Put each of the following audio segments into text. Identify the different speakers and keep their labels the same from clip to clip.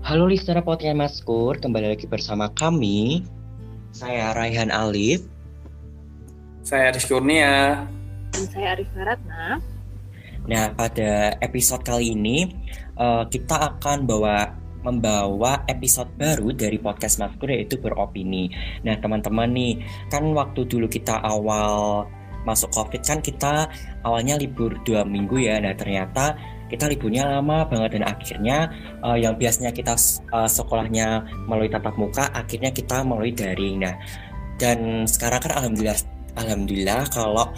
Speaker 1: Halo listener podcast Maskur, kembali lagi bersama kami. Saya Raihan Alif.
Speaker 2: Saya Rizky Kurnia.
Speaker 3: Dan saya Arifah Ratna.
Speaker 1: Nah, pada episode kali ini kita akan membawa episode baru dari podcast Maskur, yaitu beropini. Nah, teman-teman nih, kan waktu dulu kita awal masuk COVID kan kita awalnya libur 2 minggu ya. Nah, ternyata kita liburnya lama banget dan akhirnya yang biasanya kita sekolahnya melalui tatap muka, akhirnya kita melalui daring. Nah, dan sekarang kan alhamdulillah kalau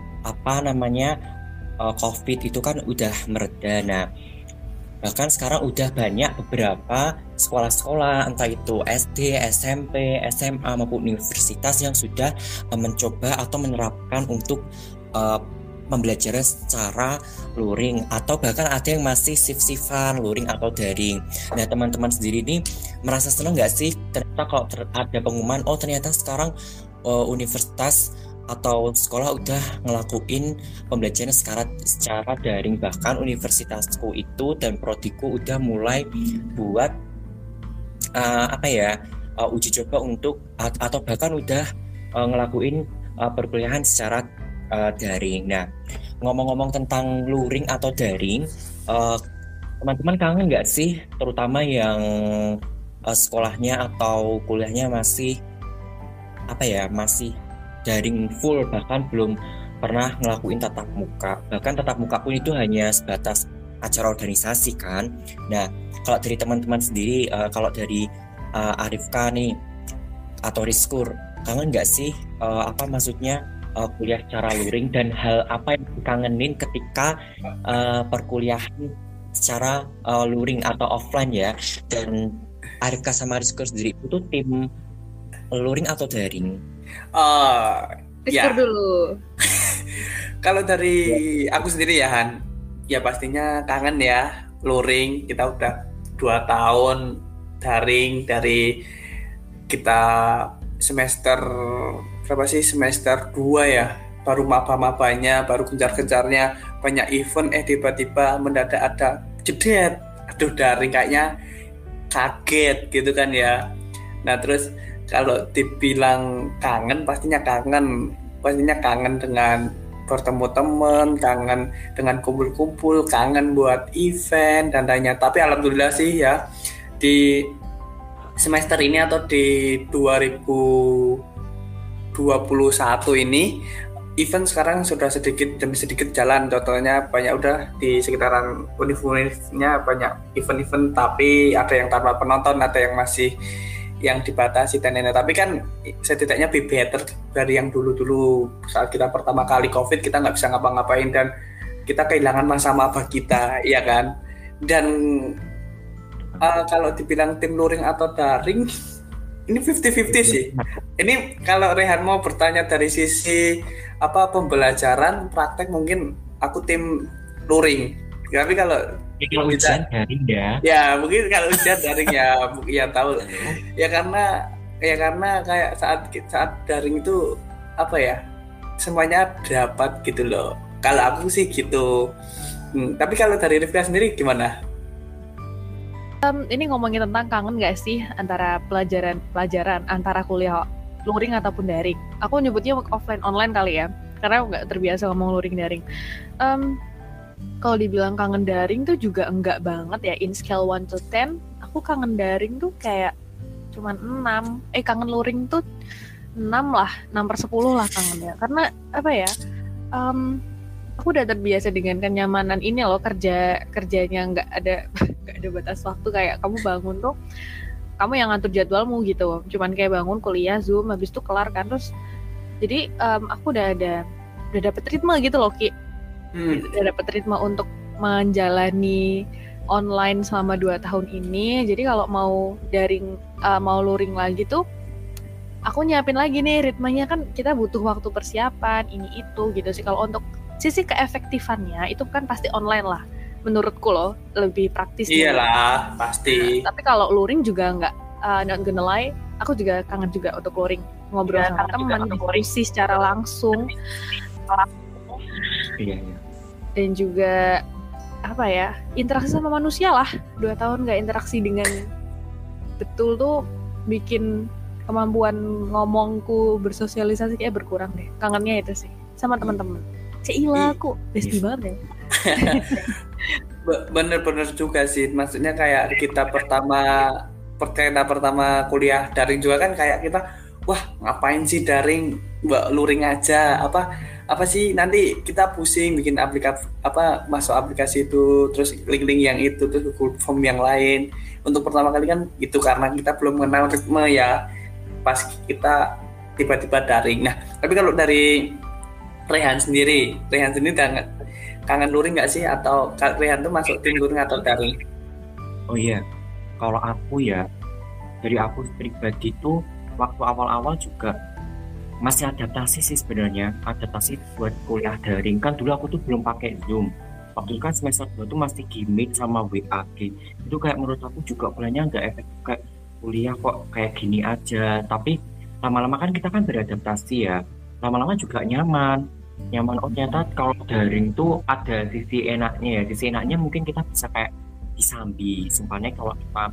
Speaker 1: COVID itu kan udah mereda. Nah, bahkan sekarang udah banyak beberapa sekolah-sekolah, entah itu SD, SMP, SMA maupun universitas yang sudah mencoba atau menerapkan untuk pembelajaran secara luring, atau bahkan ada yang masih shift-shiftan luring atau daring. Nah, teman-teman sendiri ini merasa senang nggak sih ternyata kalau ada pengumuman, ternyata sekarang universitas atau sekolah udah ngelakuin pembelajaran secara daring. Bahkan universitasku itu dan prodiku udah mulai buat uji coba untuk atau bahkan udah ngelakuin perkuliahan secara daring. Nah, ngomong-ngomong tentang luring atau daring, teman-teman kangen nggak sih, terutama yang sekolahnya atau kuliahnya masih daring full, bahkan belum pernah ngelakuin tatap muka. Bahkan tatap muka pun itu hanya sebatas acara organisasi kan. Nah, kalau dari teman-teman sendiri, kalau dari Arifka nih atau Rizkur, kangen nggak sih kuliah secara luring, dan hal apa yang dikangenin ketika perkuliahan secara luring atau offline ya? Dan Arifka sama Rizkur sendiri itu tim luring atau daring?
Speaker 3: Rizkur dulu.
Speaker 2: Kalau dari aku sendiri ya Han, ya pastinya kangen ya luring. Kita udah 2 tahun daring, dari kita semester berapa sih, semester 2 ya, baru maba-mabanya, baru gencar-gencarnya banyak event, tiba-tiba mendadak ada jedet, aduh daring, kayaknya kaget gitu kan ya. Nah, terus kalau dibilang kangen, pastinya kangen dengan bertemu teman, kangen dengan kumpul-kumpul, kangen buat event dan lainnya. Tapi alhamdulillah sih ya, di semester ini atau di 2021 ini event sekarang sudah sedikit demi sedikit jalan. Contohnya banyak udah di sekitaran univ-univnya banyak event-event, tapi ada yang tanpa penonton, ada yang masih yang dibatasi dan lain-lain. Tapi kan setidaknya be better dari yang dulu-dulu saat kita pertama kali COVID, kita nggak bisa ngapa-ngapain dan kita kehilangan masa maba kita, ya kan. Dan kalau dibilang tim luring atau daring, ini 50-50 sih. Ini kalau Rehan mau bertanya dari sisi pembelajaran praktek, mungkin aku tim luring. Tapi kalau
Speaker 1: ujian daring ya.
Speaker 2: Ya mungkin kalau ujian daring ya tahu. Ya karena kayak saat daring itu semuanya dapat gitu loh. Kalau aku sih gitu. Tapi kalau dari Rifka sendiri gimana?
Speaker 3: Ini ngomongin tentang kangen nggak sih antara pelajaran antara kuliah luring ataupun daring. Aku nyebutnya offline online kali ya, karena nggak terbiasa ngomong luring daring. Kalau dibilang kangen daring tuh juga enggak banget ya. In scale 1 to 10, aku kangen daring tuh kayak cuman 6. Kangen luring tuh 6 lah, 6/10 lah kangennya. Karena aku udah terbiasa dengan kenyamanan ini loh, kerjanya nggak ada batas waktu. Kayak kamu bangun tuh, kamu yang ngatur jadwalmu gitu. Cuman kayak bangun, kuliah, Zoom, habis itu kelar kan. Terus jadi aku udah dapet ritme gitu loh, Ki. Udah dapet ritme untuk menjalani online selama 2 tahun ini. Jadi kalau mau daring, mau luring lagi tuh, aku nyiapin lagi nih ritmenya. Kan kita butuh waktu persiapan ini itu gitu sih. Kalau untuk sisi keefektifannya itu kan pasti online lah, menurutku loh, lebih praktis.
Speaker 2: Iyalah pasti.
Speaker 3: Tapi kalau luring juga not gonna lie, aku juga kangen juga untuk luring, ngobrol sama teman, diskusi secara langsung.
Speaker 1: Iya.
Speaker 3: Dan juga interaksi sama manusia lah. 2 tahun nggak interaksi dengan betul tuh bikin kemampuan ngomongku bersosialisasi kayak berkurang deh. Kangennya itu sih sama teman-teman. Cila aku bestie banget ya.
Speaker 2: Bener-bener juga sih, maksudnya kayak kita pertama kuliah daring juga kan kayak kita, wah ngapain sih daring, luring aja, apa sih nanti kita pusing bikin aplikasi masuk aplikasi itu, terus link-link yang itu, terus Google Form yang lain. Untuk pertama kali kan itu karena kita belum mengenal ritme ya, pas kita tiba-tiba daring. Nah tapi kalau dari Rehan sendiri kangen luring nggak sih, atau Rehan tuh masuk tim luring atau daring?
Speaker 1: Oh iya, kalau aku ya, dari aku pribadi tuh waktu awal-awal juga masih adaptasi sih sebenarnya, adaptasi buat kuliah daring. Kan dulu aku tuh belum pakai Zoom. Waktu itu kan semester 2 tuh masih Gmeet sama WAG. Itu kayak menurut aku juga kuliahnya nggak efektif, kayak kuliah kok kayak gini aja. Tapi lama-lama kan kita kan beradaptasi ya. Lama-lama juga nyaman. Oh ternyata kalau daring tuh ada sisi enaknya ya. Sisi enaknya mungkin kita bisa kayak disambi. Sumpahnya kalau kita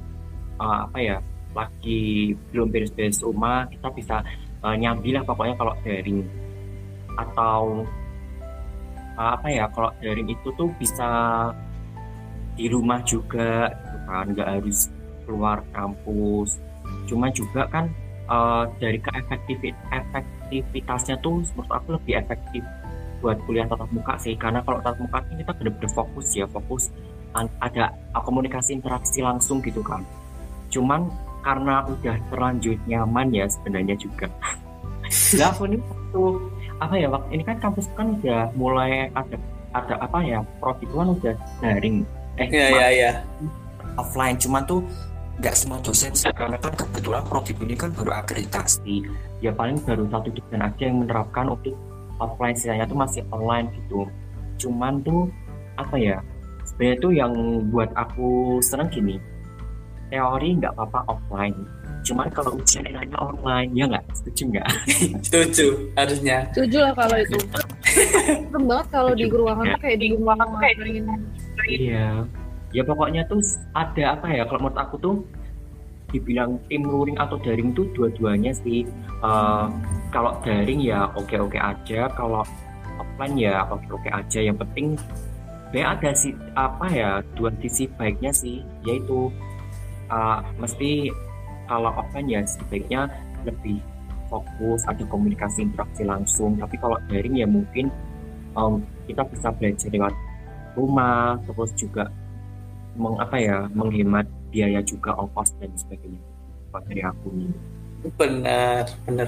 Speaker 1: lagi belum beres-beres rumah, kita bisa nyambi lah pokoknya kalau daring. Atau kalau daring itu tuh bisa di rumah juga gitu kan, nggak harus keluar kampus. Cuma juga kan dari efektivitasnya tuh menurut aku lebih efektif buat kuliah tatap muka sih, karena kalau tatap muka ini kita benar-benar fokus ada komunikasi interaksi langsung gitu kan. Cuman karena udah terlanjur nyaman ya sebenarnya juga. Lah aku ini waktu ini kan kampus kan udah mulai ada prodi itu kan udah daring.
Speaker 2: Iya.
Speaker 1: Offline, cuman tuh nggak semua dosen sih, karena kan kebetulan prodi ini kan baru akreditasi. Ya paling baru satu dosen aja yang menerapkan untuk offline, sisanya tuh masih online gitu. Cuman tuh sebenarnya tuh yang buat aku seneng gini, teori nggak apa-apa offline, cuman kalau ujian enaknya online, ya nggak? Setuju nggak?
Speaker 2: Setuju, harusnya.
Speaker 3: Setuju lah kalau itu. Serem banget kalau di ruangan tuh kayak di ruangan
Speaker 1: Iya. Ya pokoknya tuh ada kalau menurut aku tuh dibilang tim luring atau daring tuh dua-duanya sih. Kalau daring ya oke-oke aja, kalau offline ya oke-oke aja. Yang penting ada sih dua sisi baiknya sih, yaitu mesti kalau offline ya sebaiknya lebih fokus, ada komunikasi interaksi langsung. Tapi kalau daring ya mungkin kita bisa belajar lewat rumah, terus juga menghemat biaya juga, ongkos dan sebagainya. Buat dari aku nih.
Speaker 2: Benar.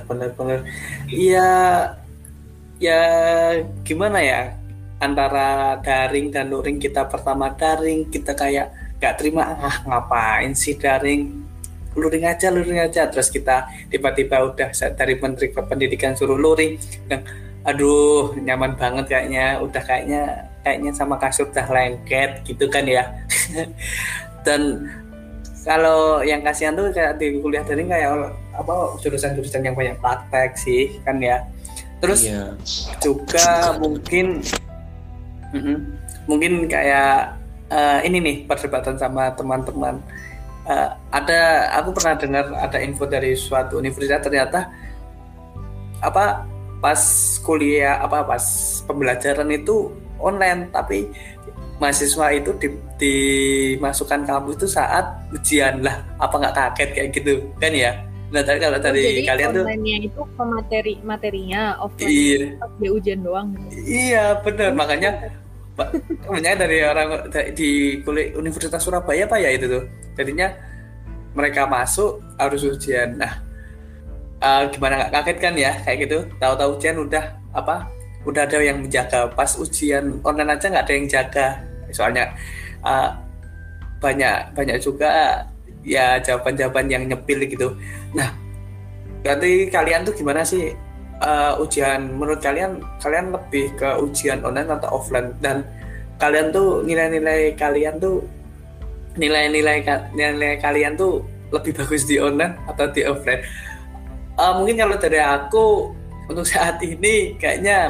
Speaker 2: Ya gimana ya, antara daring dan luring, kita pertama daring kita kayak gak terima, ngapain sih daring, luring aja, terus kita tiba-tiba udah dari Menteri Pendidikan suruh luring, dan aduh nyaman banget kayaknya sama kasur udah lengket gitu kan ya. Dan kalau yang kasihan tuh kayak di kuliah daring kayak jurusan-jurusan yang banyak praktek sih kan ya. Terus juga mungkin kayak ini nih perdebatan sama teman-teman. Aku pernah dengar ada info dari suatu universitas, ternyata pas kuliah pas pembelajaran itu online, tapi mahasiswa itu dimasukkan kampus itu saat ujian. Lah apa nggak kaget kayak gitu kan ya? Nah kalau dari kalian tuh
Speaker 3: online-nya itu ke materinya, offline dia ujian doang gitu.
Speaker 2: Iya benar, makanya dari orang di Universitas Surabaya Pak ya itu tuh, jadinya mereka masuk harus ujian. Nah gimana nggak kaget kan ya kayak gitu, tahu-tahu ujian udah ada yang menjaga, pas ujian online aja nggak ada yang jaga, soalnya banyak juga ya jawaban-jawaban yang nyepil gitu. Nah berarti kalian tuh gimana sih ujian, menurut kalian lebih ke ujian online atau offline, dan kalian tuh nilai kalian tuh lebih bagus di online atau di offline? Mungkin kalau dari aku untuk saat ini kayaknya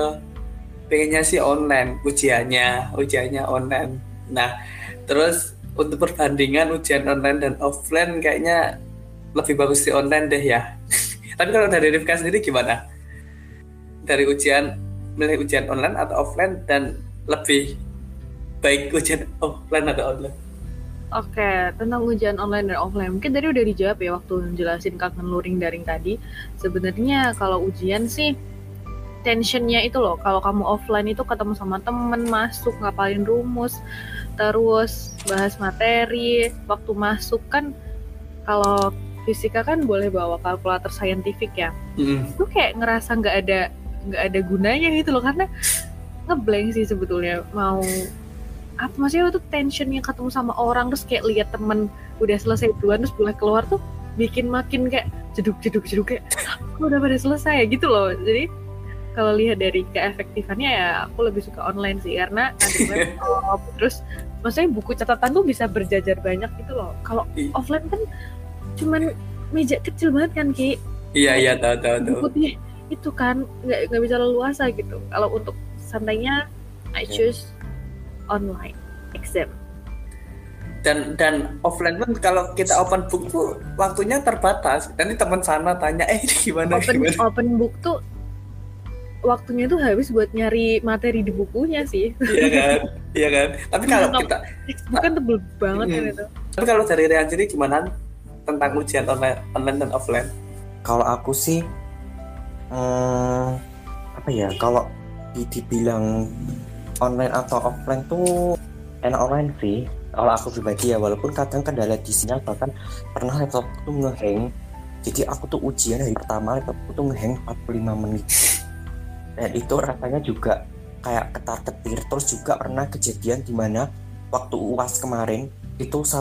Speaker 2: pengennya sih online, ujiannya online. Nah terus untuk perbandingan ujian online dan offline kayaknya lebih bagus di online deh ya. Tapi kalau dari Rifka sendiri gimana? Dari milih ujian online atau offline, dan lebih baik ujian offline atau online?
Speaker 3: Oke, tentang ujian online dan offline, mungkin tadi udah dijawab ya waktu jelasin kangen luring daring tadi. Sebenarnya kalau ujian sih, tensionnya itu loh, kalau kamu offline itu ketemu sama temen, masuk, ngapalin rumus, terus bahas materi, waktu masuk kan, kalau fisika kan boleh bawa kalkulator saintifik ya. Itu kayak ngerasa nggak ada gunanya gitu loh, karena ngeblank sih sebetulnya. Mau apa, maksudnya tuh tensionnya ketemu sama orang, terus kayak lihat temen udah selesai duluan terus boleh keluar tuh bikin makin kayak jeduk kayak udah pada selesai gitu loh. Jadi kalau lihat dari keefektifannya ya aku lebih suka online sih, karena ada laptop, terus maksudnya buku catatan tuh bisa berjajar banyak gitu loh. Kalau offline kan cuman meja kecil banget kan Ki.
Speaker 2: Iya tahu.
Speaker 3: Bukunya itu kan nggak bisa leluasa gitu. Kalau untuk santainya I choose online exam.
Speaker 2: Dan offline pun kalau kita open book tuh waktunya terbatas. Nanti teman sana tanya, ini gimana?
Speaker 3: Open book tuh waktunya tuh habis buat nyari materi di bukunya sih.
Speaker 2: Iya kan. Tapi kalau kita
Speaker 3: bukan tebel banget kan itu.
Speaker 2: Tapi kalau dari Rian sendiri gimana tentang ujian online dan offline?
Speaker 1: Kalau aku sih apa ya, kalau dibilang online atau offline tuh enak online sih kalau aku pribadi ya, walaupun kadang kendala di sinyal, bahkan pernah laptop tuh ngehang. Jadi aku tuh ujian hari pertama laptop tuh ngehang 45 menit, dan itu rasanya juga kayak ketar-ketir. Terus juga pernah kejadian dimana waktu UAS kemarin itu saat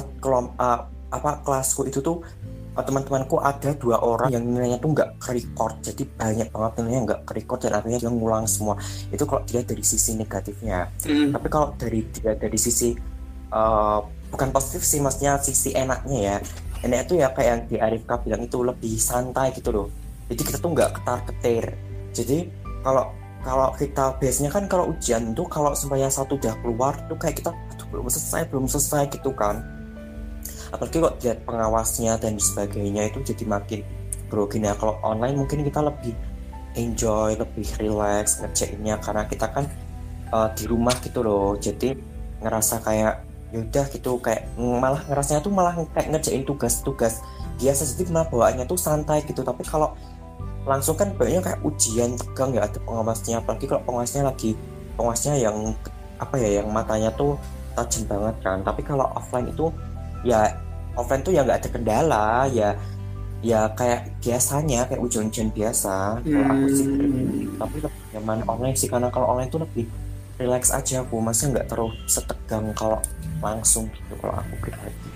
Speaker 1: kelasku itu tuh teman-temanku ada 2 orang yang nilainya tuh nggak ke-record, jadi banyak banget nilainya nggak ke-record, dan akhirnya dia ngulang semua. Itu kalau dilihat dari sisi negatifnya. Tapi kalau dari sisi bukan positif sih, maksudnya sisi enaknya ya. Enaknya tuh ya kayak yang di Arifka bilang itu, lebih santai gitu loh. Jadi kita tuh nggak ketar-ketir. Jadi kalau kita biasanya kan kalau ujian tuh kalau supaya satu udah keluar tuh kayak kita belum selesai gitu kan. Apalagi kok lihat pengawasnya dan sebagainya, itu jadi makin grogi. Nah kalau online mungkin kita lebih enjoy, lebih relax ngerjainnya, karena kita kan di rumah gitu loh. Jadi ngerasa kayak yaudah gitu, kayak malah ngerasanya tuh malah kayak ngerjain tugas-tugas biasa, jadi malah bawaannya tuh santai gitu. Tapi kalau langsung kan banyak kayak ujian tegang ya, ada pengawasnya, apalagi kalau pengawasnya yang apa ya, yang matanya tuh tajam banget kan. Tapi kalau offline itu ya, offline tuh ya nggak ada kendala ya kayak biasanya, kayak ujian-ujian biasa. Kalau aku sih tapi lebih nyaman online sih, karena kalau online tuh lebih relax aja aku, masih nggak terlalu setegang kalau langsung gitu kalau aku pribadi.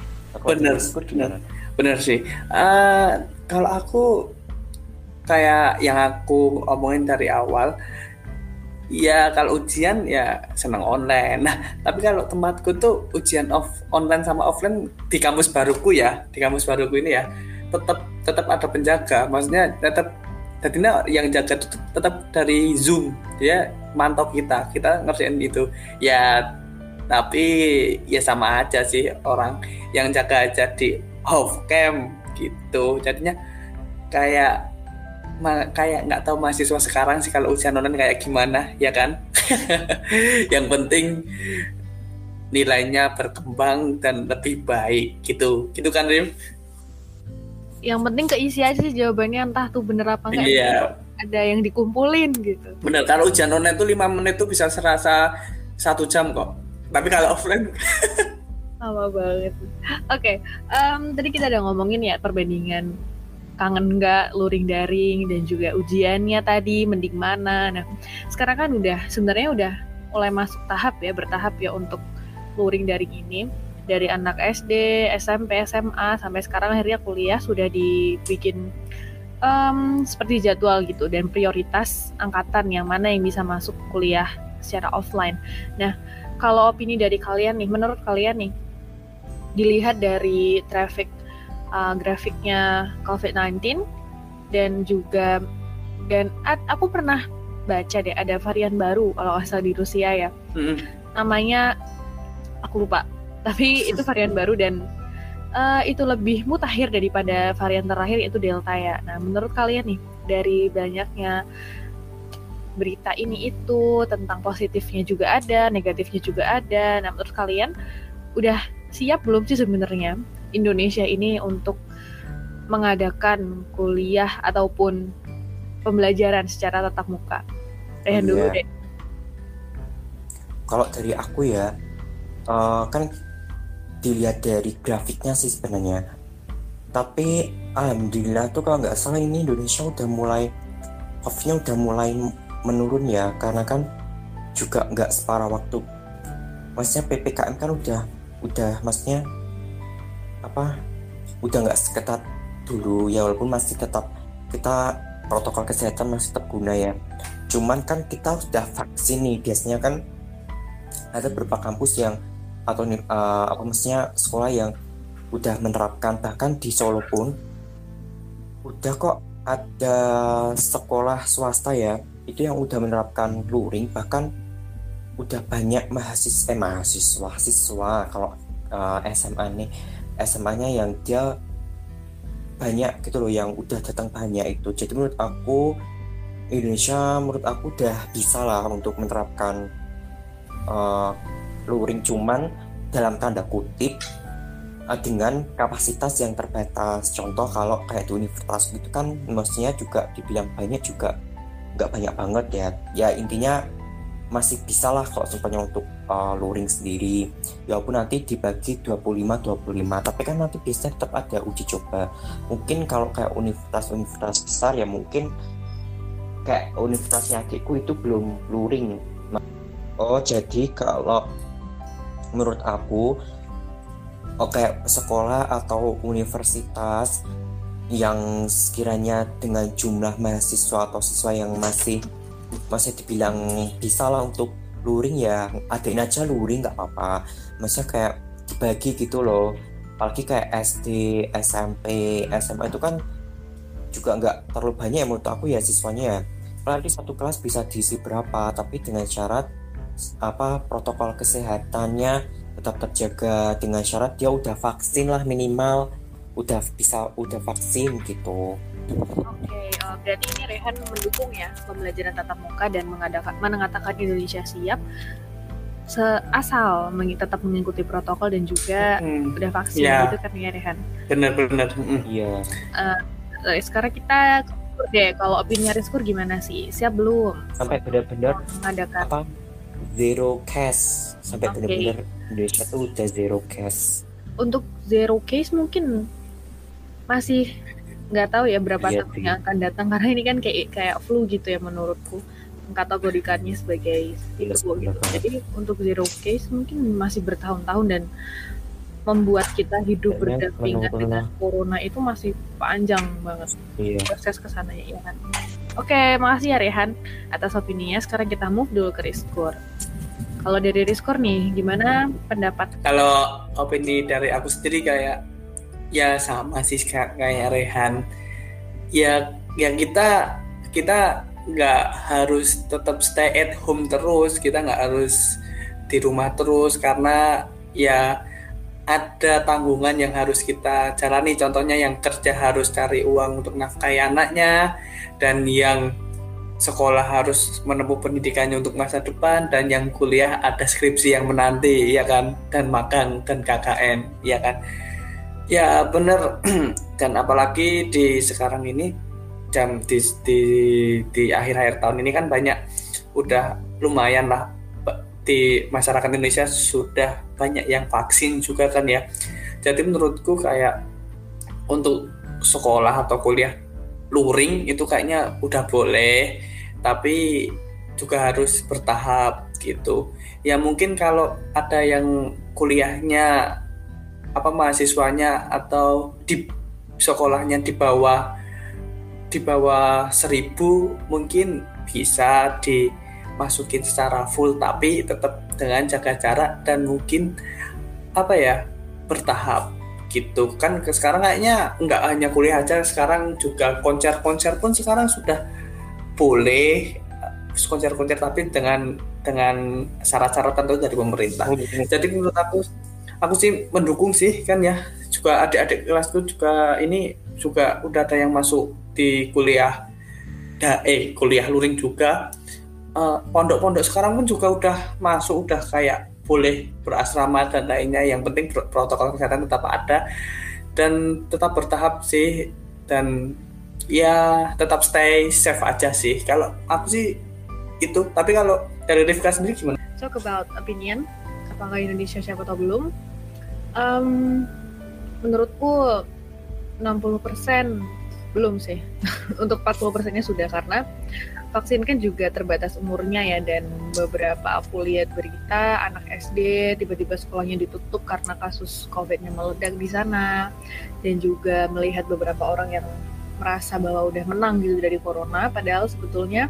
Speaker 2: Bener sih. Kalau aku kayak yang aku omongin dari awal, ya kalau ujian ya senang online. Nah, tapi kalau tempatku tuh ujian online sama offline di kampus baruku ini ya, tetap ada penjaga. Maksudnya tetap tadinya yang jaga tetap dari Zoom, dia mantau kita ngerjain itu. Ya tapi ya sama aja sih, orang yang jaga aja di off cam gitu. Jadinya kayak nggak tahu mahasiswa sekarang sih kalau ujian online kayak gimana ya kan. Yang penting nilainya berkembang dan lebih baik gitu kan Rim.
Speaker 3: Yang penting keisi aja sih jawabannya, entah tuh bener apa enggak.
Speaker 2: Iya.
Speaker 3: Ada yang dikumpulin gitu.
Speaker 2: Bener, kalau ujian online tuh 5 menit tuh bisa serasa 1 jam kok. Tapi kalau offline
Speaker 3: lama banget. Oke, tadi kita udah ngomongin ya perbandingan kangen nggak luring daring dan juga ujiannya tadi mending mana. Nah sekarang kan sebenarnya udah mulai masuk bertahap ya untuk luring daring ini, dari anak SD, SMP, SMA sampai sekarang akhirnya kuliah sudah dibikin seperti jadwal gitu, dan prioritas angkatan yang mana yang bisa masuk kuliah secara offline. Nah kalau opini dari kalian nih, menurut kalian nih, dilihat dari grafiknya COVID-19 dan aku pernah baca deh ada varian baru kalau asal di Rusia ya, namanya aku lupa, Tapi itu varian baru dan itu lebih mutakhir daripada varian terakhir yaitu Delta ya. Nah, menurut kalian nih, dari banyaknya berita ini itu tentang positifnya juga ada, negatifnya juga ada. Nah, menurut kalian udah siap belum sih sebenarnya Indonesia ini untuk mengadakan kuliah ataupun pembelajaran secara tatap muka? Rehan dulu deh.
Speaker 1: Kalau dari aku ya, kan dilihat dari grafiknya sih sebenarnya. Tapi alhamdulillah tuh kalau nggak salah ini Indonesia udah mulai COVID-nya udah mulai menurun ya, karena kan juga nggak separah waktu. Maksudnya PPKM kan udah maksudnya apa? Udah nggak seketat dulu ya, walaupun masih tetap kita protokol kesehatan masih tetap guna ya. Cuman kan kita sudah vaksin nih, biasanya kan ada beberapa kampus yang atau apa maksudnya sekolah yang udah menerapkan, bahkan di Solo pun udah kok ada sekolah swasta ya itu yang udah menerapkan luring, bahkan udah banyak siswa kalau SMA nih SMA-nya yang dia banyak gitu loh yang udah datang banyak itu. Jadi menurut aku Indonesia udah bisa lah untuk menerapkan luring, cuman dalam tanda kutip dengan kapasitas yang terbatas. Contoh kalau kayak di universitas gitu kan maksudnya juga dibilang banyak juga nggak banyak banget ya intinya masih bisa lah kalau sempatnya untuk luring sendiri ya, walaupun nanti dibagi 25-25, tapi kan nanti biasanya tetap ada uji coba. Mungkin kalau kayak universitas besar ya mungkin kayak universitasnya adikku itu belum luring. Jadi kalau menurut aku kayak sekolah atau universitas yang sekiranya dengan jumlah mahasiswa atau siswa yang masih dibilang bisa lah untuk luring ya adain aja luring, nggak apa-apa. Maksudnya kayak dibagi gitu loh, apalagi kayak SD, SMP, SMA itu kan juga nggak terlalu banyak ya menurut aku ya siswanya ya. Apalagi satu kelas bisa diisi berapa, tapi dengan syarat protokol kesehatannya tetap terjaga, dengan syarat dia udah vaksin lah minimal, udah vaksin gitu.
Speaker 3: Oke, berarti ini Rehan mendukung ya pembelajaran tatap muka dan mengatakan Indonesia siap asal tetap mengikuti protokol dan juga udah vaksin gitu kan ya Rehan?
Speaker 2: Benar.
Speaker 1: Iya.
Speaker 3: Sekarang kita deh, kalau opini Rizkur gimana sih? Siap belum?
Speaker 1: Sampai benar-benar
Speaker 3: mengadakan
Speaker 1: zero case, sampai benar-benar Indonesia tuh udah zero case.
Speaker 3: Untuk zero case mungkin masih nggak tahu ya berapa tahun yang akan datang, karena ini kan kayak flu gitu ya menurutku mengkategorikannya sebagai itu gitu. Jadi untuk zero case mungkin masih bertahun-tahun dan membuat kita hidup berdampingan dengan corona itu masih panjang banget proses kesananya ya kan. Oke, makasih ya Rehan atas opininya. Sekarang kita move dulu ke Rizkur. Kalau dari Rizkur nih, gimana pendapat?
Speaker 2: Kalau opini dari aku sendiri kayak ya sama sih kayak Rehan. Ya kita nggak harus tetap stay at home terus, kita nggak harus di rumah terus karena ya ada tanggungan yang harus kita jalani. Contohnya yang kerja harus cari uang untuk nafkahi anaknya, dan yang sekolah harus menempuh pendidikannya untuk masa depan, dan yang kuliah ada skripsi yang menanti ya kan, dan magang dan KKN ya kan. Ya benar. Dan apalagi di sekarang ini di akhir-akhir tahun ini kan banyak udah lumayan lah di masyarakat Indonesia sudah banyak yang vaksin juga kan ya. Jadi menurutku kayak untuk sekolah atau kuliah luring itu kayaknya udah boleh, tapi juga harus bertahap gitu. Ya mungkin kalau ada yang kuliahnya mahasiswanya atau di sekolahnya di bawah 1.000 mungkin bisa dimasukin secara full, tapi tetap dengan jaga jarak dan mungkin bertahap gitu kan. Sekarang kayaknya nggak hanya kuliah aja, sekarang juga konser pun sekarang sudah boleh, konser tapi dengan syarat-syarat tertentu dari pemerintah. Jadi menurut aku aku sih mendukung sih kan ya. Juga adik-adik kelasku juga ini juga udah ada yang masuk di kuliah luring juga. Pondok-pondok sekarang pun juga udah masuk, udah kayak boleh berasrama dan lainnya. Yang penting protokol kesehatan tetap ada dan tetap bertahap sih, dan ya tetap stay safe aja sih. Kalau aku sih itu. Tapi kalau dari Rifka sendiri gimana?
Speaker 3: Talk about opinion, apakah Indonesia siap atau belum? Menurutku 60% belum sih. Untuk 40%-nya sudah, karena vaksin kan juga terbatas umurnya ya, dan beberapa aku lihat berita anak SD tiba-tiba sekolahnya ditutup karena kasus COVID-nya meledak di sana, dan juga melihat beberapa orang yang merasa bahwa udah menang gitu dari corona, padahal sebetulnya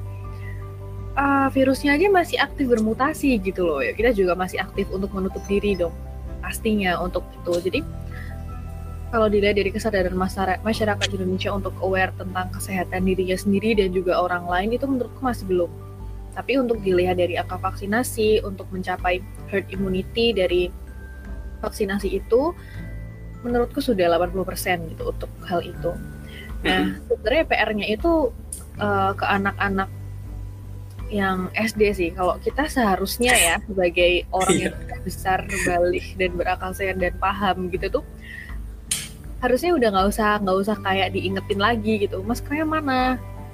Speaker 3: virusnya aja masih aktif bermutasi gitu loh ya. Kita juga masih aktif untuk menutup diri dong pastinya untuk itu. Jadi kalau dilihat dari kesadaran masyarakat Indonesia untuk aware tentang kesehatan dirinya sendiri dan juga orang lain, itu menurutku masih belum. Tapi untuk dilihat dari angka vaksinasi, untuk mencapai herd immunity dari vaksinasi itu, menurutku sudah 80% gitu untuk hal itu. Nah, sebenarnya PR-nya itu ke anak-anak yang SD sih. Kalau kita seharusnya ya sebagai orang yang sudah besar, balik dan berakal sehat dan paham gitu tuh, harusnya udah nggak usah kayak diingetin lagi gitu, maskernya mana,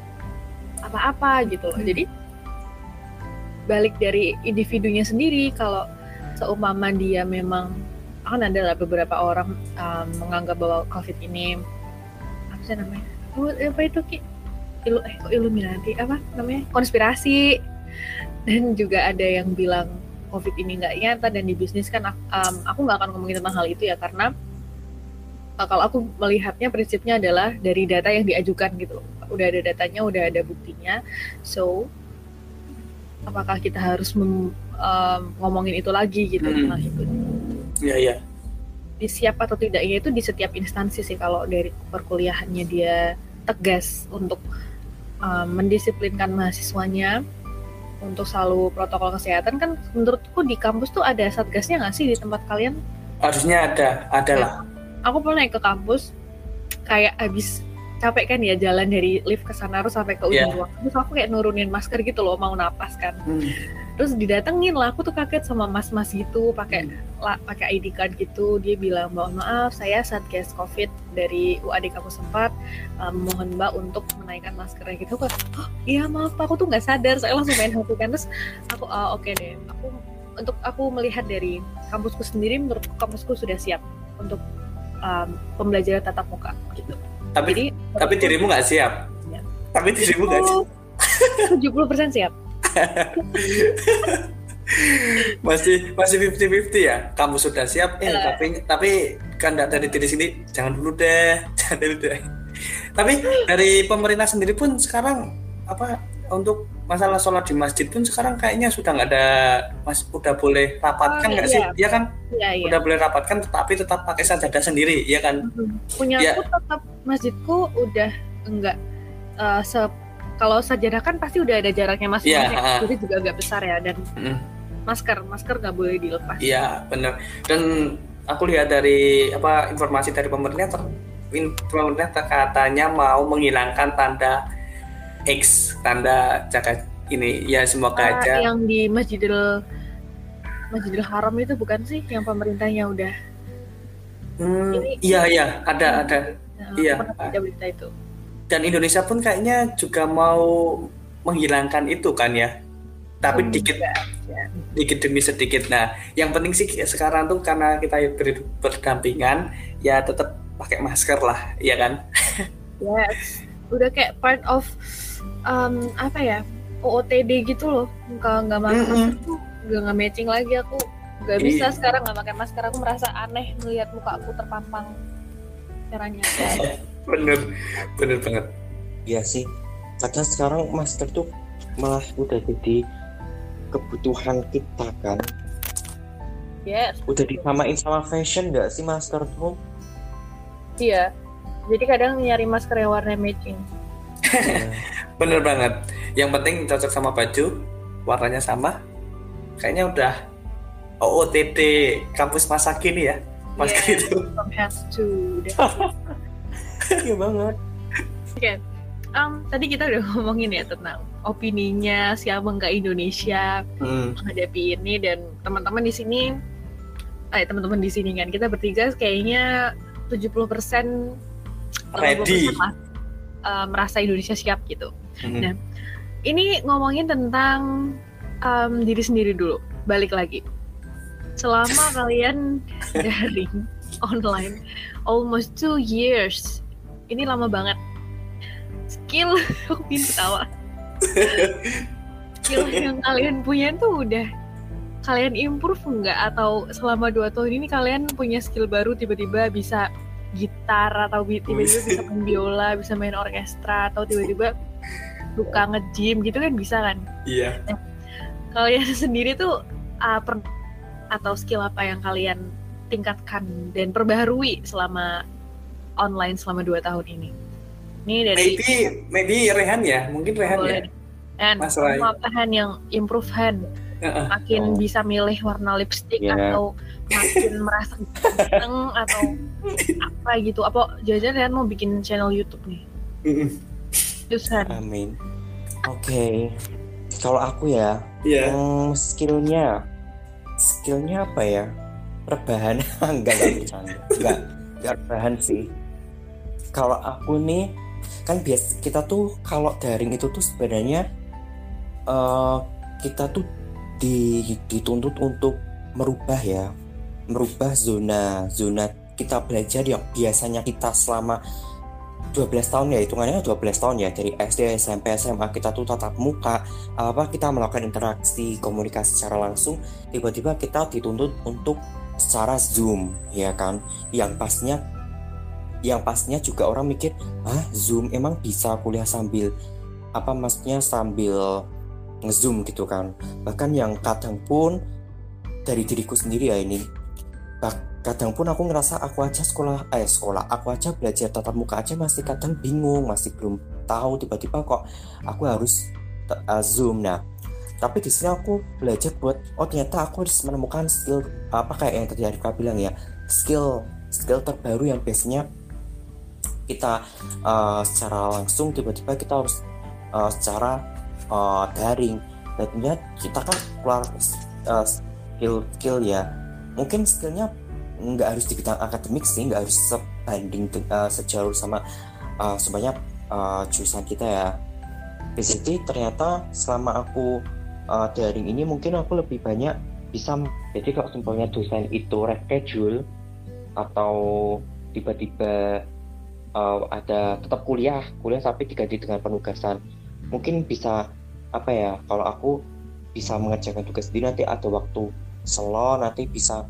Speaker 3: apa-apa gitu loh. Jadi balik dari individunya sendiri. Kalau seumpama dia memang, kan ada lah beberapa orang menganggap bahwa COVID ini apa sih namanya? Apa itu Ki? Illuminati, apa namanya? Konspirasi. Dan juga ada yang bilang COVID ini nggak nyata dan dibisniskan. Aku nggak akan ngomongin tentang hal itu ya, karena kalau aku melihatnya prinsipnya adalah dari data yang diajukan gitu. Udah ada datanya, udah ada buktinya. So, apakah kita harus ngomongin itu lagi gitu tentang itu?
Speaker 2: Iya.
Speaker 3: Di siap atau tidaknya itu di setiap instansi sih. Kalau dari perkuliahannya dia tegas untuk mendisiplinkan mahasiswanya untuk selalu protokol kesehatan, kan menurutku di kampus tuh ada satgasnya nggak sih di tempat kalian?
Speaker 2: Harusnya ada lah.
Speaker 3: Aku pernah naik ke kampus, kayak habis capek kan ya jalan dari lift ke sana terus sampai ke ujung ruang. Terus aku kayak nurunin masker gitu loh, mau napas kan. Terus didatengin lah, aku tuh kaget sama mas-mas gitu, pakai ID card gitu. Dia bilang, "Mohon maaf, saya Satgas Covid dari UAD Kampus 4, mohon Mbak untuk menaikkan maskernya," gitu. Aku iya maaf Pak, aku tuh nggak sadar, saya langsung main HP kan. Terus aku oke deh, aku melihat dari kampusku sendiri, menurutku kampusku sudah siap untuk pembelajaran tatap muka gitu.
Speaker 2: Tapi dirimu nggak siap. Ya. Tapi dirimu nggak siap.
Speaker 3: 70% siap.
Speaker 2: masih 50-50 ya. Kamu sudah siap, tapi kan dari diri sini jangan dulu deh. Tapi dari pemerintah sendiri pun sekarang untuk masalah sholat di masjid pun sekarang kayaknya sudah nggak ada, udah boleh rapatkan nggak sih? Iya kan? Iya. Udah boleh rapatkan, tetapi tetap pakai sajadah sendiri, ya kan?
Speaker 3: Punyaku tetap masjidku udah enggak kalau sajadah kan pasti udah ada jaraknya masing-masing, jadi juga agak besar ya, dan masker nggak boleh dilepas.
Speaker 2: Iya benar. Dan aku lihat dari informasi dari pemerintah katanya mau menghilangkan tanda X, tanda jaga ini ya, semoga aja.
Speaker 3: Yang di Masjidil Haram itu bukan sih yang pemerintahnya udah
Speaker 2: iya ada iya,
Speaker 3: ada berita itu.
Speaker 2: Dan Indonesia pun kayaknya juga mau menghilangkan itu kan ya, tapi dikit demi sedikit. Nah yang penting sih sekarang tuh karena kita berdampingan ya, tetap pakai masker lah, ya kan?
Speaker 3: Yes, udah kayak part of OOTD gitu loh. Kalau nggak pakai masker tuh nggak matching lagi. Aku nggak bisa sekarang nggak pakai masker. Aku merasa aneh melihat muka aku terpampang caranya. bener
Speaker 2: banget.
Speaker 1: Iya sih, kadang sekarang masker tuh malah udah jadi kebutuhan kita kan.
Speaker 3: Yes.
Speaker 1: Udah disamain sama fashion nggak sih masker tuh?
Speaker 3: Iya. Jadi kadang nyari masker yang warna matching.
Speaker 2: Bener banget. Yang penting cocok sama baju, warnanya sama. Kayaknya OOTD kampus masa kini ya pas
Speaker 3: Yes,
Speaker 2: gitu.
Speaker 3: Tom Hanks too.
Speaker 1: Iya banget.
Speaker 3: Oke. Tadi kita udah ngomongin ya tentang opininya si Abang ke Indonesia menghadapi ini, dan teman-teman di sini kan kita bertiga kayaknya 70% 80%
Speaker 2: Ready.
Speaker 3: lah merasa Indonesia siap gitu.
Speaker 2: Mhm.
Speaker 3: Nah, ini ngomongin tentang diri sendiri dulu. Balik lagi. Selama kalian daring online almost 2 years. Ini lama banget. Skill aku pengen ketawa. Skill yang kalian punya tuh udah kalian improve nggak? Atau selama 2 tahun ini kalian punya skill baru, tiba-tiba bisa gitar, atau tiba-tiba bisa main biola, bisa main orkestra, atau tiba-tiba suka nge-gym gitu kan, bisa kan?
Speaker 2: Iya.
Speaker 3: Kalian sendiri tuh atau skill apa yang kalian tingkatkan dan perbaharui selama online selama 2 tahun ini? Ini dari
Speaker 2: Maybe Rehan ya, mungkin Rehan
Speaker 3: boleh
Speaker 2: ya.
Speaker 3: nih. Han,
Speaker 2: Mas Rai.
Speaker 3: kamu apa Han yang improve Han? Makin bisa milih warna lipstick atau makin merasa seneng atau apa gitu? Apa jangan-jangan Han mau bikin channel YouTube nih? Terus Han.
Speaker 1: Amin. Oke. Kalau aku ya,
Speaker 2: Iya.
Speaker 1: skillnya apa ya? Rebahan. Enggak bercanda. Enggak rebahan sih. Kalau aku nih, kan biasa kita tuh kalau daring itu tuh sebenarnya kita tuh dituntut untuk merubah zona kita belajar yang biasanya kita selama 12 tahun ya, hitungannya 12 tahun ya, dari SD, SMP, SMA kita tuh tatap muka, kita melakukan interaksi, komunikasi secara langsung, tiba-tiba kita dituntut untuk secara Zoom, ya kan, yang pastinya juga orang mikir, Zoom emang bisa kuliah sambil sambil nge-zoom gitu kan. Bahkan yang kadang pun dari diriku sendiri ya ini, kadang pun aku ngerasa aku aja aku aja belajar tatap muka aja masih kadang bingung, masih belum tahu, tiba-tiba kok aku harus Zoom. Nah, tapi di sini aku belajar buat ternyata aku harus menemukan skill kayak yang tadi Arifka bilang ya, skill terbaru yang biasanya kita secara langsung, tiba-tiba kita harus secara daring. Dan ternyata kita kan keluar skill ya, mungkin skillnya nggak harus di bidang akademik sih, nggak harus sebanding sejauh sama sebanyak jurusan kita ya. Basically ternyata selama aku daring ini mungkin aku lebih banyak bisa, jadi kalau simpelnya dosen itu reschedule atau tiba-tiba ada tetap kuliah tapi diganti dengan penugasan, mungkin bisa kalau aku bisa mengerjakan tugas sendiri, nanti ada waktu slow, nanti bisa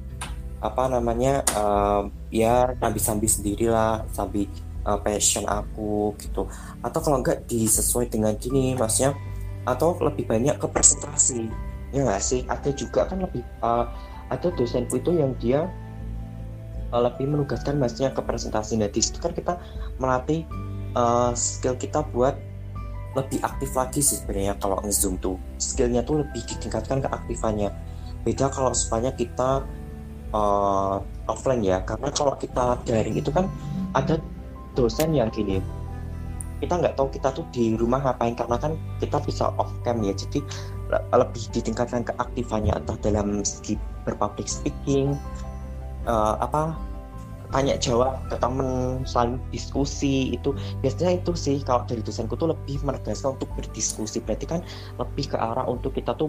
Speaker 1: sambil sendirilah, sambil passion aku gitu. Atau kalau enggak disesuai dengan gini maksudnya, atau lebih banyak ke presentasi, ya nggak sih? Ada juga kan lebih ada dosenku itu yang dia lebih menugaskan maksudnya ke presentasi. Nah di situ kan kita melatih skill kita buat lebih aktif lagi sih sebenarnya. Kalau nge-zoom tuh skillnya tuh lebih ditingkatkan keaktifannya. Beda kalau sepanjang kita offline ya, karena kalau kita daring itu kan ada dosen yang gini, kita nggak tahu kita tuh di rumah ngapain, karena kan kita bisa off cam ya, jadi lebih ditingkatkan keaktifannya, entah dalam segi berpublic speaking, tanya jawab ke temen, saling diskusi. Itu biasanya itu sih kalau dari dosenku tuh lebih menegaskan untuk berdiskusi, berarti kan lebih ke arah untuk kita tuh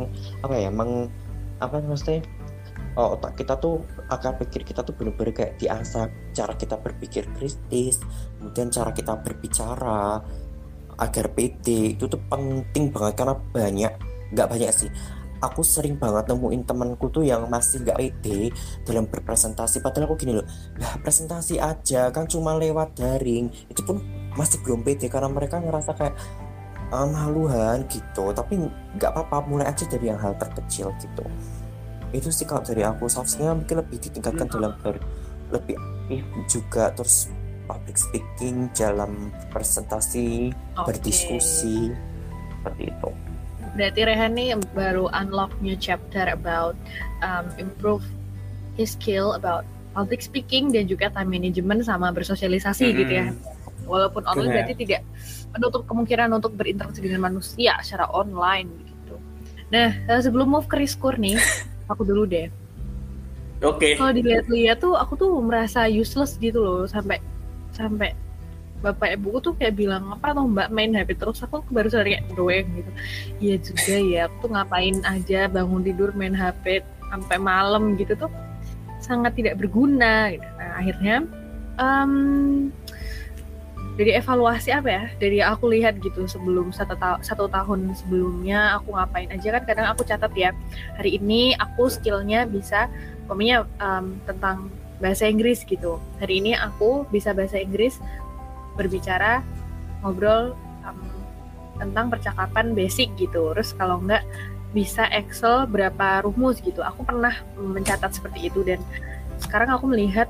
Speaker 1: otak kita tuh, akal pikir kita tuh benar-benar kayak diasah, cara kita berpikir kritis, kemudian cara kita berbicara agar pede. Itu tuh penting banget, karena nggak banyak sih, aku sering banget nemuin temanku tuh yang masih nggak pede dalam berpresentasi, padahal aku gini loh, presentasi aja kan cuma lewat daring, itu pun masih belum pede karena mereka ngerasa kayak maluan gitu. Tapi nggak apa-apa, mulai aja dari yang hal terkecil gitu. Itu sih kalau dari aku, soft skill mungkin lebih ditingkatkan dalam lebih aktif juga, terus public speaking, dalam presentasi, berdiskusi, seperti itu.
Speaker 3: Berarti Rehan nih baru unlock new chapter about improve his skill about public speaking dan juga time management sama bersosialisasi gitu ya. Walaupun online berarti tidak menutup kemungkinan untuk berinteraksi dengan manusia secara online gitu. Nah, sebelum move ke Riskur nih, aku dulu deh.
Speaker 2: Oke.
Speaker 3: Kalau dilihat-lihat tuh aku tuh merasa useless gitu loh, sampai bapak ibuku tuh kayak bilang, apa tuh mbak main HP terus, aku baru sadar kayak doeng gitu. Iya juga ya, aku tuh ngapain aja bangun tidur main HP sampai malam gitu tuh sangat tidak berguna gitu. Nah akhirnya dari evaluasi apa ya, dari aku lihat gitu sebelum satu tahun sebelumnya aku ngapain aja, kan kadang aku catat ya, hari ini aku skillnya bisa pokoknya tentang bahasa Inggris gitu, hari ini aku bisa bahasa Inggris berbicara, ngobrol tentang percakapan basic gitu. Terus kalau enggak bisa Excel berapa rumus gitu. Aku pernah mencatat seperti itu, dan sekarang aku melihat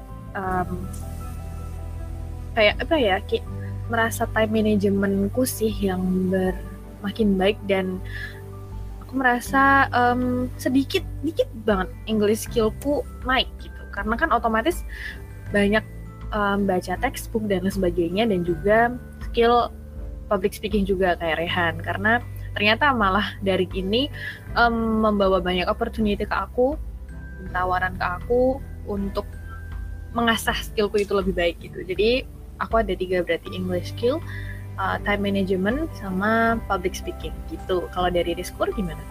Speaker 3: kayak apa ya, kayak merasa time managementku sih yang makin baik, dan aku merasa sedikit banget English skillku naik gitu. Karena kan otomatis banyak baca textbook dan sebagainya, dan juga skill public speaking juga kayak Rehan, karena ternyata malah dari ini membawa banyak opportunity ke aku, tawaran ke aku untuk mengasah skillku itu lebih baik gitu. Jadi aku ada 3 berarti, English skill, time management, sama public speaking gitu. Kalau dari Riskur gimana?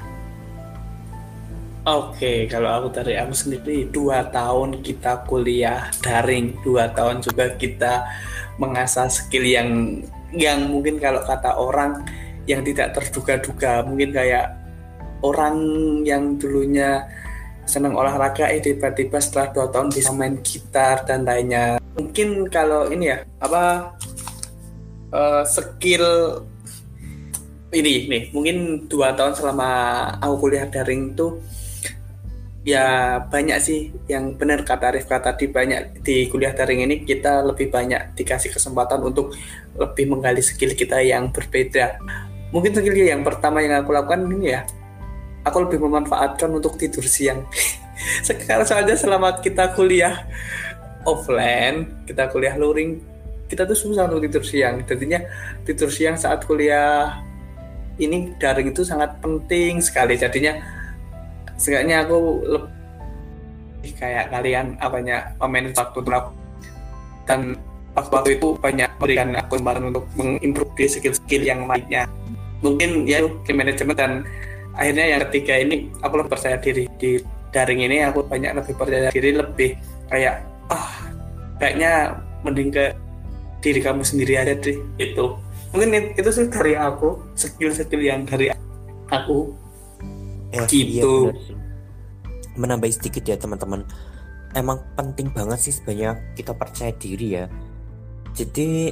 Speaker 2: Oke, kalau aku sendiri 2 tahun kita kuliah daring, 2 tahun juga kita mengasah skill yang mungkin kalau kata orang yang tidak terduga-duga, mungkin kayak orang yang dulunya senang olahraga, tiba-tiba setelah 2 tahun bisa main gitar dan lainnya. Mungkin kalau ini ya, skill ini nih, mungkin 2 tahun selama aku kuliah daring tuh ya banyak sih, yang benar kata Rifka tadi, banyak di kuliah daring ini kita lebih banyak dikasih kesempatan untuk lebih menggali skill kita yang berbeda. Mungkin skill yang pertama yang aku lakukan ini ya, aku lebih memanfaatkan untuk tidur siang. Sekarang soalnya selama kita kuliah offline, kita kuliah luring, kita tuh susah untuk tidur siang. Jadinya tidur siang saat kuliah ini daring itu sangat penting sekali. Jadinya setidaknya aku lebih kayak kalian memanage waktu aku, dan waktu itu banyak berikan aku kemarin untuk mengimprove skill-skill yang lainnya. Mungkin ya skill manajemen, dan akhirnya yang ketiga ini aku lebih percaya diri di daring ini. Aku lebih percaya diri, lebih kayak kayaknya mending ke diri kamu sendiri aja deh itu. Mungkin itu sih dari aku, skill-skill yang dari aku. Gitu.
Speaker 1: Iya, menambah sedikit ya teman-teman, emang penting banget sih sebenarnya kita percaya diri ya. Jadi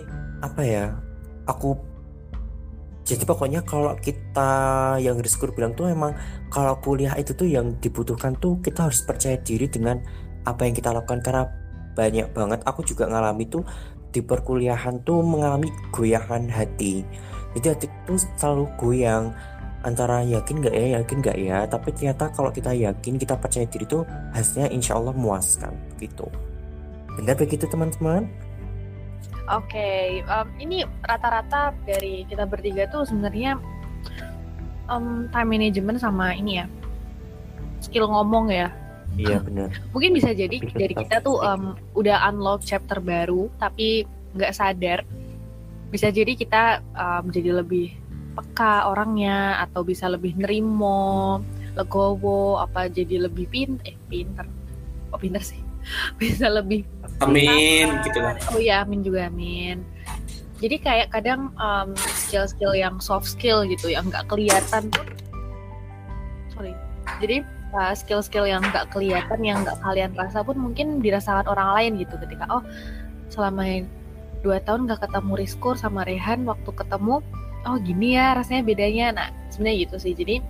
Speaker 1: jadi pokoknya kalau kita, yang Rizkur bilang tuh, emang kalau kuliah itu tuh yang dibutuhkan tuh kita harus percaya diri dengan apa yang kita lakukan. Karena banyak banget aku juga ngalami tuh di perkuliahan tuh, mengalami goyangan hati. Jadi hati tuh selalu goyang antara yakin gak ya, tapi ternyata kalau kita yakin, kita percaya diri tuh hasilnya insya Allah memuaskan gitu. Benar begitu teman-teman?
Speaker 3: Oke, ini rata-rata dari kita bertiga tuh sebenarnya time management sama ini ya, skill ngomong ya.
Speaker 1: Iya benar.
Speaker 3: Mungkin bisa jadi dari kita tuh udah unlock chapter baru tapi nggak sadar. Bisa jadi kita jadi lebih peka orangnya, atau bisa lebih nerimo, legowo, apa jadi lebih pinter. Oh pinter sih. Bisa lebih
Speaker 2: amin gitu lah.
Speaker 3: Oh ya, amin juga, amin. Jadi kayak kadang skill-skill yang soft skill gitu yang nggak kelihatan tuh. Jadi skill-skill yang nggak kelihatan, yang nggak kalian rasa pun mungkin dirasakan orang lain gitu, ketika selama 2 tahun nggak ketemu Riskur sama Rehan, waktu ketemu gini ya rasanya bedanya. Nah sebenarnya gitu sih.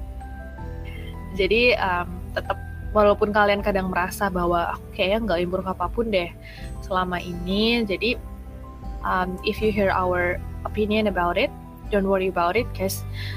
Speaker 3: Jadi tetap, walaupun kalian kadang merasa bahwa kayaknya nggak improve apapun deh selama ini, jadi if you hear our opinion about it, don't worry about it guys.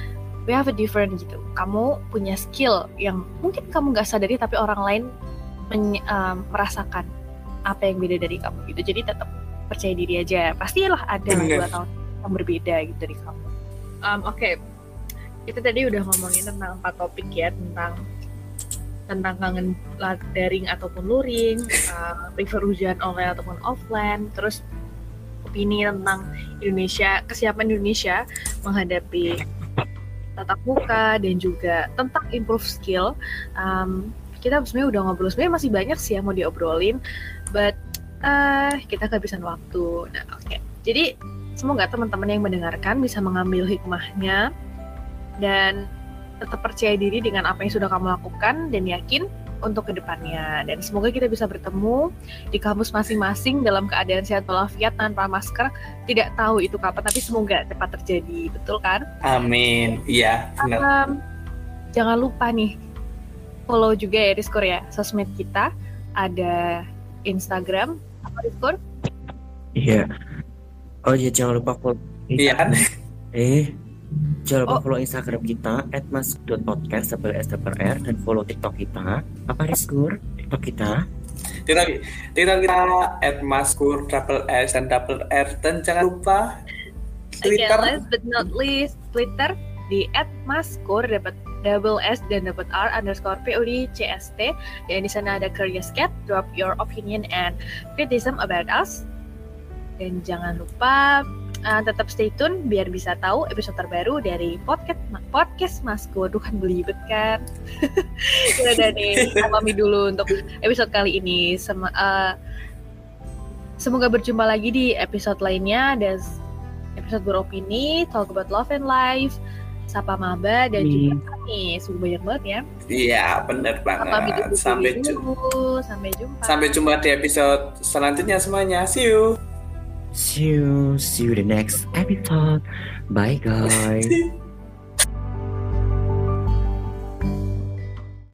Speaker 3: we have a different gitu. Kamu punya skill yang mungkin kamu nggak sadari tapi orang lain merasakan apa yang beda dari kamu gitu. Jadi tetap percaya diri aja. Pastilah ada 2 tahun yang berbeda gitu dari kamu. Oke. Kita tadi udah ngomongin tentang 4 topik ya, tentang kangen daring ataupun luring, prefer ujian online ataupun offline, terus opini tentang Indonesia, kesiapan Indonesia menghadapi tatap muka, dan juga tentang improve skill. Kita sebenarnya udah ngobrol, sebenarnya masih banyak sih yang mau diobrolin, but kita kehabisan waktu. Nah, oke. Jadi semoga teman-teman yang mendengarkan bisa mengambil hikmahnya dan tetap percaya diri dengan apa yang sudah kamu lakukan dan yakin untuk kedepannya. Dan semoga kita bisa bertemu di kampus masing-masing dalam keadaan sehat walafiat tanpa masker. Tidak tahu itu kapan, tapi semoga cepat terjadi. Betul kan?
Speaker 2: Amin. Iya, benar.
Speaker 3: Jangan lupa nih, follow juga ya Rizkur ya, sosmed kita. Ada Instagram, apa Rizkur?
Speaker 1: Iya. Oh iya, jangan lupa follow.
Speaker 2: Iya kan?
Speaker 1: Jangan lupa follow Instagram kita @mas.podcast dan follow TikTok kita. Apa Rizkur? TikTok kita?
Speaker 2: TikTok kita @maskur S dan R, dan jangan lupa Twitter.
Speaker 3: Okay, last but not least, Twitter di @maskur dapat double S dan dapat R _PODCST, dan di sana ada Curious Cat. Drop your opinion and criticism about us. Dan jangan lupa tetap stay tune biar bisa tahu episode terbaru dari podcast Maskur. Duh, kan belibet kan. Udah nih, alami dulu untuk episode kali ini. Semoga berjumpa lagi di episode lainnya, dan episode beropini, talk about love and life, Sapa Maba, dan juga kami. Sungguh banyak banget ya.
Speaker 2: Iya, benar banget. Sampai jumpa. Sampai jumpa di episode selanjutnya semuanya. See you.
Speaker 1: See you the next episode. Bye guys.